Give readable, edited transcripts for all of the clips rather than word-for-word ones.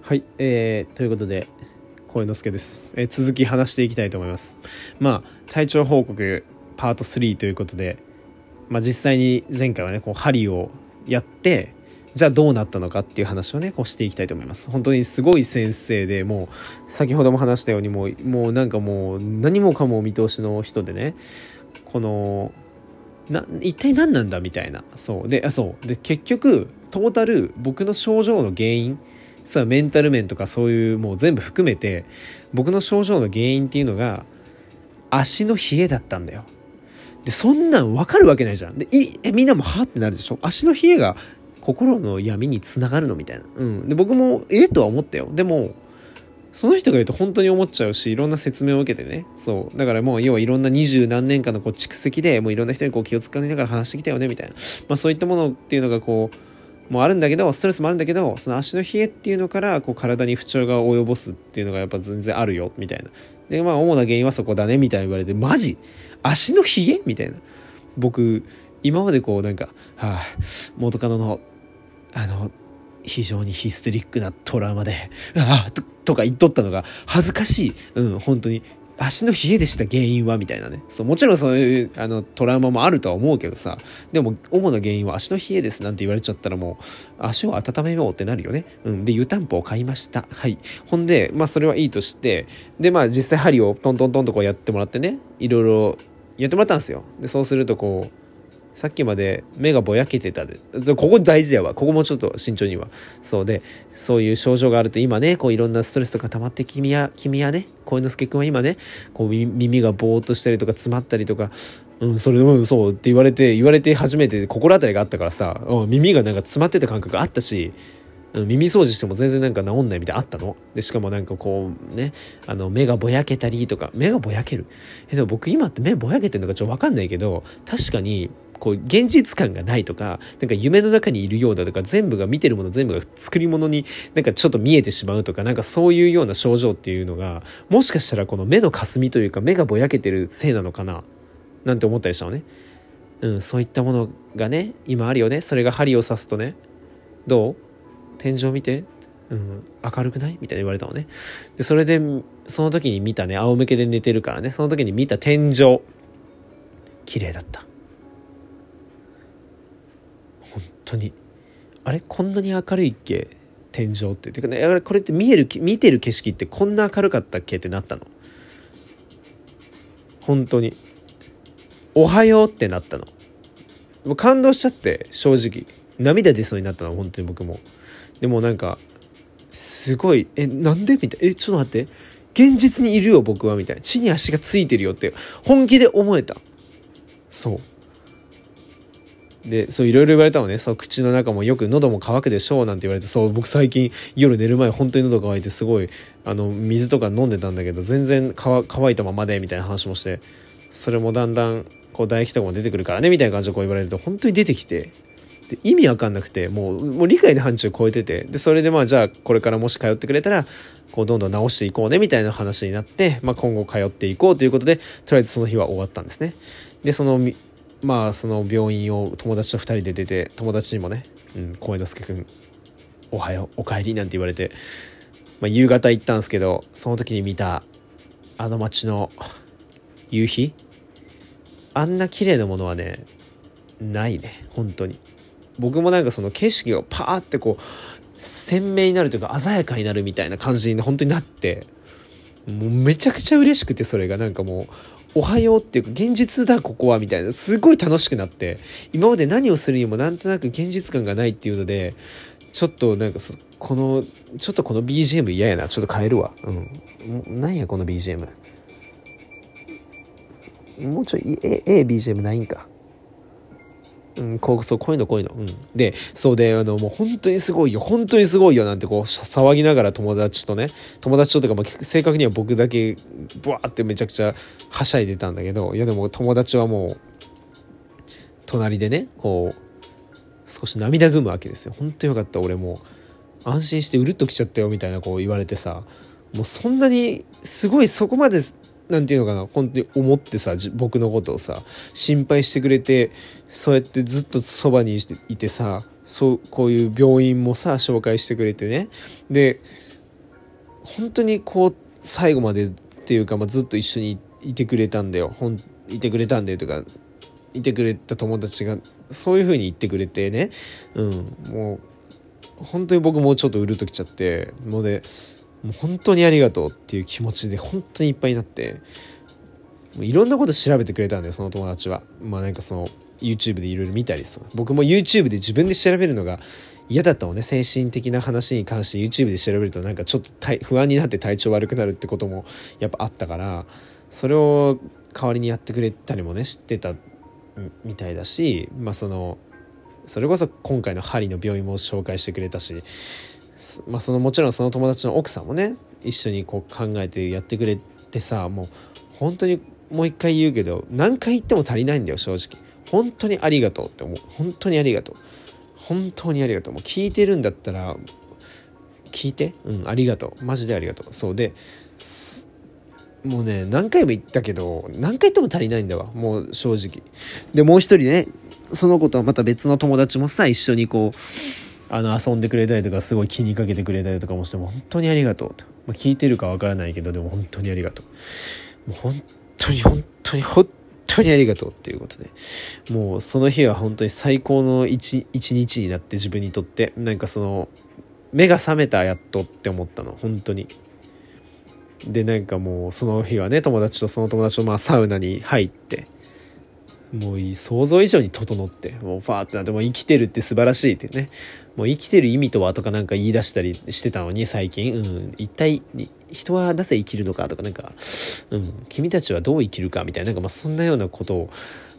はい、ということで声之助です、続き話していきたいと思います。体調報告パート3ということで、実際に前回はねこう針をやってじゃあどうなったのかっていう話をねこうしていきたいと思います。本当にすごい先生で、もう先ほども話したようにもうなんかもう何もかも見通しの人でね、この一体何なんだみたいな。そうで結局トータル僕の症状の原因、メンタル面とかそういうもう全部含めて僕の症状の原因っていうのが足の冷えだったんだよ。でそんなん分かるわけないじゃん。でみんなもはってなるでしょ。足の冷えが心の闇につながるのみたいな。で僕もとは思ったよ。でもその人が言うと本当に思っちゃうし、いろんな説明を受けてね。そうだからもう要はいろんな20何年間の蓄積でもういろんな人に気を使いながら話してきたよねみたいな、そういったものっていうのがもうあるんだけど、ストレスもあるんだけど、その足の冷えっていうのから体に不調が及ぼすっていうのがやっぱ全然あるよみたいな。で主な原因はそこだねみたいな言われて、マジ足の冷えみたいな。僕今まで元カノの非常にヒステリックなトラウマでとか言っとったのが恥ずかしい。本当に足の冷えでした原因はみたいなね。もちろんそういうトラウマもあるとは思うけどさ、でも主な原因は足の冷えですなんて言われちゃったらもう足を温めようってなるよね。で湯たんぽを買いました。はい。ほんでそれはいいとして、で実際針をトントントンとやってもらってね、いろいろやってもらったんですよ。でそうするとさっきまで目がぼやけてたで、ここ大事やわ。ここもちょっと慎重には。そういう症状があると今ね、いろんなストレスとか溜まって君やね、声之助くんは今ね、耳がぼーっとしたりとか詰まったりとか、それもそうって言われて初めて心当たりがあったからさ、耳がなんか詰まってた感覚あったし、耳掃除しても全然なんか治んないみたいなあったので、しかもなんか目がぼやけたりとか、目がぼやける。でも僕今って目ぼやけてるのかちょっとわかんないけど、確かに現実感がないとか、なんか夢の中にいるようだとか、見てるもの全部が作り物になんかちょっと見えてしまうとか、なんかそういうような症状っていうのが、もしかしたらこの目の霞というか目がぼやけてるせいなのかななんて思ったりしたのね。そういったものがね今あるよね。それが針を刺すとね、どう？天井見て、明るくないみたいに言われたのね。でそれでその時に見たね、仰向けで寝てるからね、その時に見た天井綺麗だった。本当にあれこんなに明るいっけ天井って。てかね、これって見てる景色ってこんな明るかったっけってなったの。本当におはようってなったの。もう感動しちゃって、正直涙出そうになったの。本当に僕も。でもなんかすごいなんでみたいな、ちょっと待って、現実にいるよ僕はみたいな、地に足がついてるよって本気で思えた。でいろいろ言われたのね。口の中もよく喉も渇くでしょうなんて言われて、僕最近夜寝る前本当に喉渇いて、すごい水とか飲んでたんだけど全然乾いたままでみたいな話もして、それもだんだん唾液とかも出てくるからねみたいな感じで言われると本当に出てきて、で意味わかんなくて、もう理解の範疇を超えてて、でそれでじゃあこれからもし通ってくれたらどんどん直していこうねみたいな話になって、今後通っていこうということで、とりあえずその日は終わったんですね。でその病院を友達と2人で出て、友達にもね声之助くんおはようおかえりなんて言われて、夕方行ったんですけど、その時に見た街の夕日、あんな綺麗なものはねないね。本当に僕もなんかその景色がパーって鮮明になるというか鮮やかになるみたいな感じに本当になって、もうめちゃくちゃ嬉しくて、それがなんかもうおはようっていうか現実だここはみたいな、すごい楽しくなって、今まで何をするにもなんとなく現実感がないっていうので、ちょっとなんかこの BGM 嫌やな、ちょっと変えるわ。なんやこの BGM、 もうちょいBGM ないんか。こういうの、でもう本当にすごいよなんて騒ぎながら友達とというか、正確には僕だけブワーってめちゃくちゃはしゃいでたんだけど、いやでも友達はもう隣でね少し涙ぐむわけですよ。本当よかった、俺もう安心してうるっときちゃったよみたいな言われてさ、もうそんなにすごいそこまでなんていうのかな、本当に思ってさ、僕のことをさ心配してくれて、そうやってずっとそばにいてさ、こういう病院もさ紹介してくれてね。で本当にこう最後までっていうか、ずっと一緒にいてくれたんだよ。いてくれたんだよとか、いてくれた友達がそういう風に言ってくれてね、もう本当に僕もちょっとうるっときちゃって、もう本当にありがとうっていう気持ちで本当にいっぱいになって、もういろんなこと調べてくれたんだよ、その友達は。なんかその YouTube でいろいろ見たりさ、僕も YouTube で自分で調べるのが嫌だったのね。精神的な話に関して YouTube で調べるとなんかちょっと不安になって体調悪くなるってこともやっぱあったから、それを代わりにやってくれたりもね知ってたみたいだし、それこそ今回の針の病院も紹介してくれたし、もちろんその友達の奥さんもね一緒にこう考えてやってくれてさ、もう本当にもう一回言うけど何回言っても足りないんだよ正直。本当にありがとうって思う。本当にありがとう、本当にありがとう。もう聞いてるんだったら聞いて、ありがとう、マジでありがとう。そうでもうね何回も言ったけど何回言っても足りないんだわ、もう正直。でもう一人ね、その子とはまた別の友達もさ一緒にこう遊んでくれたりとかすごい気にかけてくれたりとかもして、も本当にありがとうと、聞いてるかわからないけどでも本当にありがとう、もう本当に本当に本当にありがとうっていうことで、もうその日は本当に最高の一日になって、自分にとってなんかその目が覚めたやっとって思ったの本当に。でなんかもうその日はねその友達とサウナに入って、もう想像以上に整って、もうファーってなって、もう生きてるって素晴らしいってね、もう生きてる意味とはとかなんか言い出したりしてたのに最近、一体人はなぜ生きるのかとかなんか、君たちはどう生きるかみたいな、なんかそんなようなことを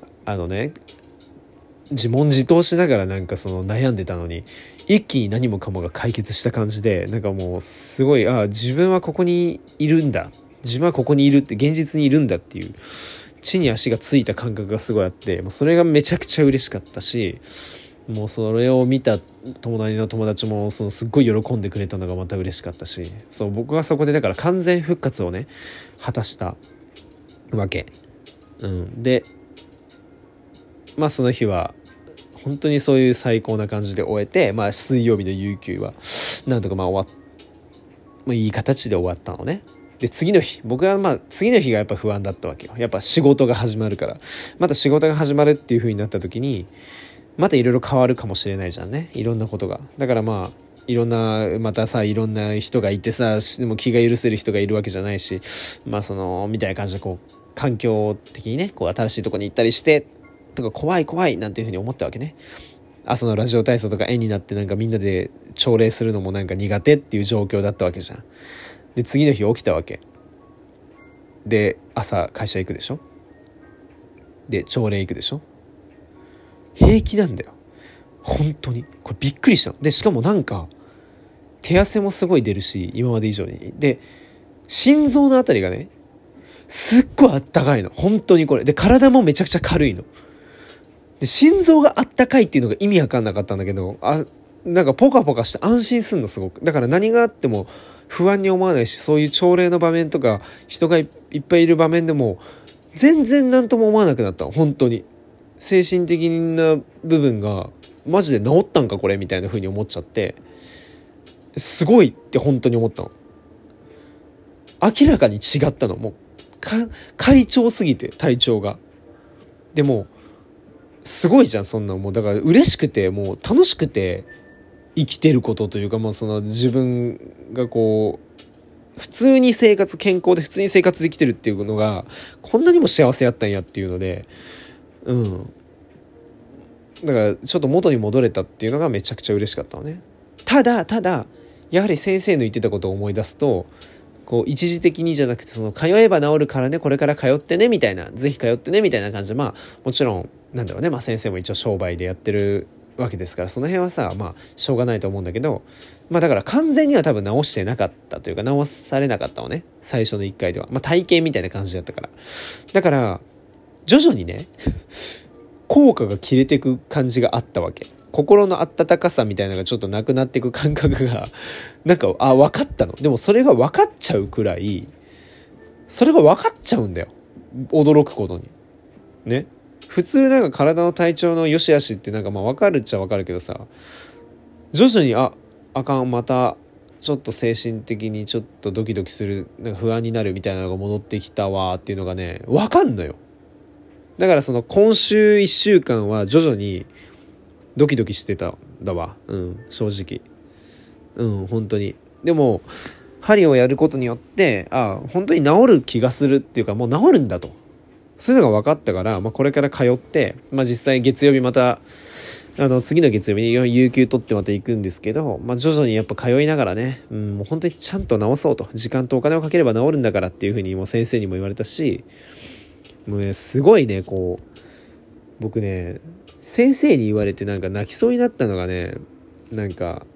自問自答しながらなんかその悩んでたのに、一気に何もかもが解決した感じで、なんかもうすごい自分はここにいるんだ、自分はここにいるって現実にいるんだっていう地に足がついた感覚がすごいあって、もうそれがめちゃくちゃ嬉しかったし、もうそれを見た隣の友達もすっごい喜んでくれたのがまた嬉しかったし、そう僕はそこでだから完全復活をね果たしたわけ、でその日は本当にそういう最高な感じで終えて、水曜日の有給はなんとかいい形で終わったのね。で次の日、僕は次の日がやっぱ不安だったわけよ。やっぱ仕事が始まるから、また仕事が始まるっていう風になった時にまたいろいろ変わるかもしれないじゃんね、いろんなことが。だからいろんなまたさいろんな人がいてさ、でも気が許せる人がいるわけじゃないし、みたいな感じでこう環境的にねこう新しいとこに行ったりしてとか怖いなんていう風に思ったわけね。朝のラジオ体操とか絵になってなんかみんなで朝礼するのもなんか苦手っていう状況だったわけじゃん。で次の日起きたわけで、朝会社行くでしょ、で朝礼行くでしょ、平気なんだよ本当に。これびっくりしたので、しかもなんか手汗もすごい出るし今まで以上に、で心臓のあたりがねすっごいあったかいの本当に。これで体もめちゃくちゃ軽いので、心臓があったかいっていうのが意味わかんなかったんだけど、なんかポカポカして安心すんのすごく。だから何があっても不安に思わないし、そういう朝礼の場面とか人がいっぱいいる場面でも全然何とも思わなくなったの本当に。精神的な部分がマジで治ったんかこれみたいな風に思っちゃって、すごいって本当に思ったの。明らかに違ったの。もう快調すぎて体調が。でもすごいじゃんそんな。もうだから嬉しくてもう楽しくて生きてることというか、その自分がこう普通に健康で普通に生活できてるっていうのがこんなにも幸せやったんやっていうので、だからちょっと元に戻れたっていうのがめちゃくちゃ嬉しかったのね。ただやはり先生の言ってたことを思い出すと、こう一時的にじゃなくて、その通えば治るからね、これから通ってねみたいな、ぜひ通ってねみたいな感じで、もちろんなんだろうね、先生も一応商売でやってるわけですから、その辺はさしょうがないと思うんだけど、だから完全には多分治してなかったというか治されなかったのね、最初の1回では。体験みたいな感じだったから。だから徐々にね効果が切れていく感じがあったわけ。心の温かさみたいなのがちょっとなくなっていく感覚がなんか分かったの。でもそれが分かっちゃうくらい、それが分かっちゃうんだよ、驚くことにね。普通なんか体の体調の良し悪しってなんか分かるっちゃ分かるけどさ、徐々にあかん、またちょっと精神的にちょっとドキドキする、なんか不安になるみたいなのが戻ってきたわっていうのがね、わかんのよ。だからその今週1週間は徐々にドキドキしてたんだわ。正直。本当に。でも、針をやることによって、本当に治る気がするっていうか、もう治るんだと。そういうのが分かったから、これから通って、実際月曜日また、次の月曜日に有給取ってまた行くんですけど、徐々にやっぱ通いながらね、もう本当にちゃんと治そうと。時間とお金をかければ治るんだからっていうふうにもう先生にも言われたし、もうね、すごいね、僕ね、先生に言われてなんか泣きそうになったのがね、なんか、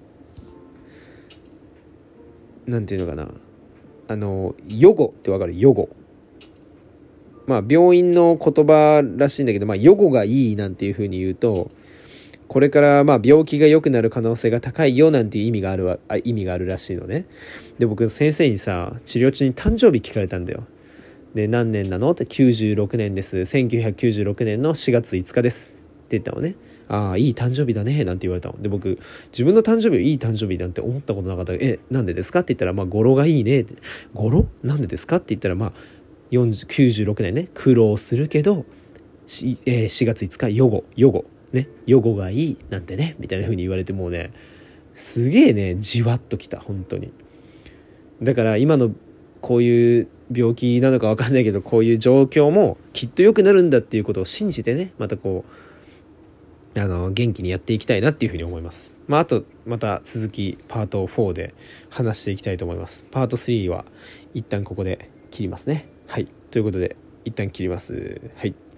なんていうのかな。予後ってわかる？予後。病院の言葉らしいんだけど、予後がいいなんていう風に言うと、これから病気が良くなる可能性が高いよなんていう意味があるらしいのね。で、僕先生にさ、治療中に誕生日聞かれたんだよ。で、何年なのって96年です。1996年の4月5日です。って言ったのね。いい誕生日だねなんて言われたので、僕自分の誕生日をいい誕生日なんて思ったことなかった。なんでですかって言ったら、語呂がいいねって。語呂なんでですかって言ったら、96年ね、苦労するけど4月5日予後ね、予後がいいなんてねみたいな風に言われて、もうね、すげえね、じわっときた。本当に。だから今のこういう病気なのか分かんないけど、こういう状況もきっと良くなるんだっていうことを信じてね、また元気にやっていきたいなっていうふうに思います。あとまた続きパート4で話していきたいと思います。パート3は一旦ここで切りますね。はい、ということで一旦切ります。はい。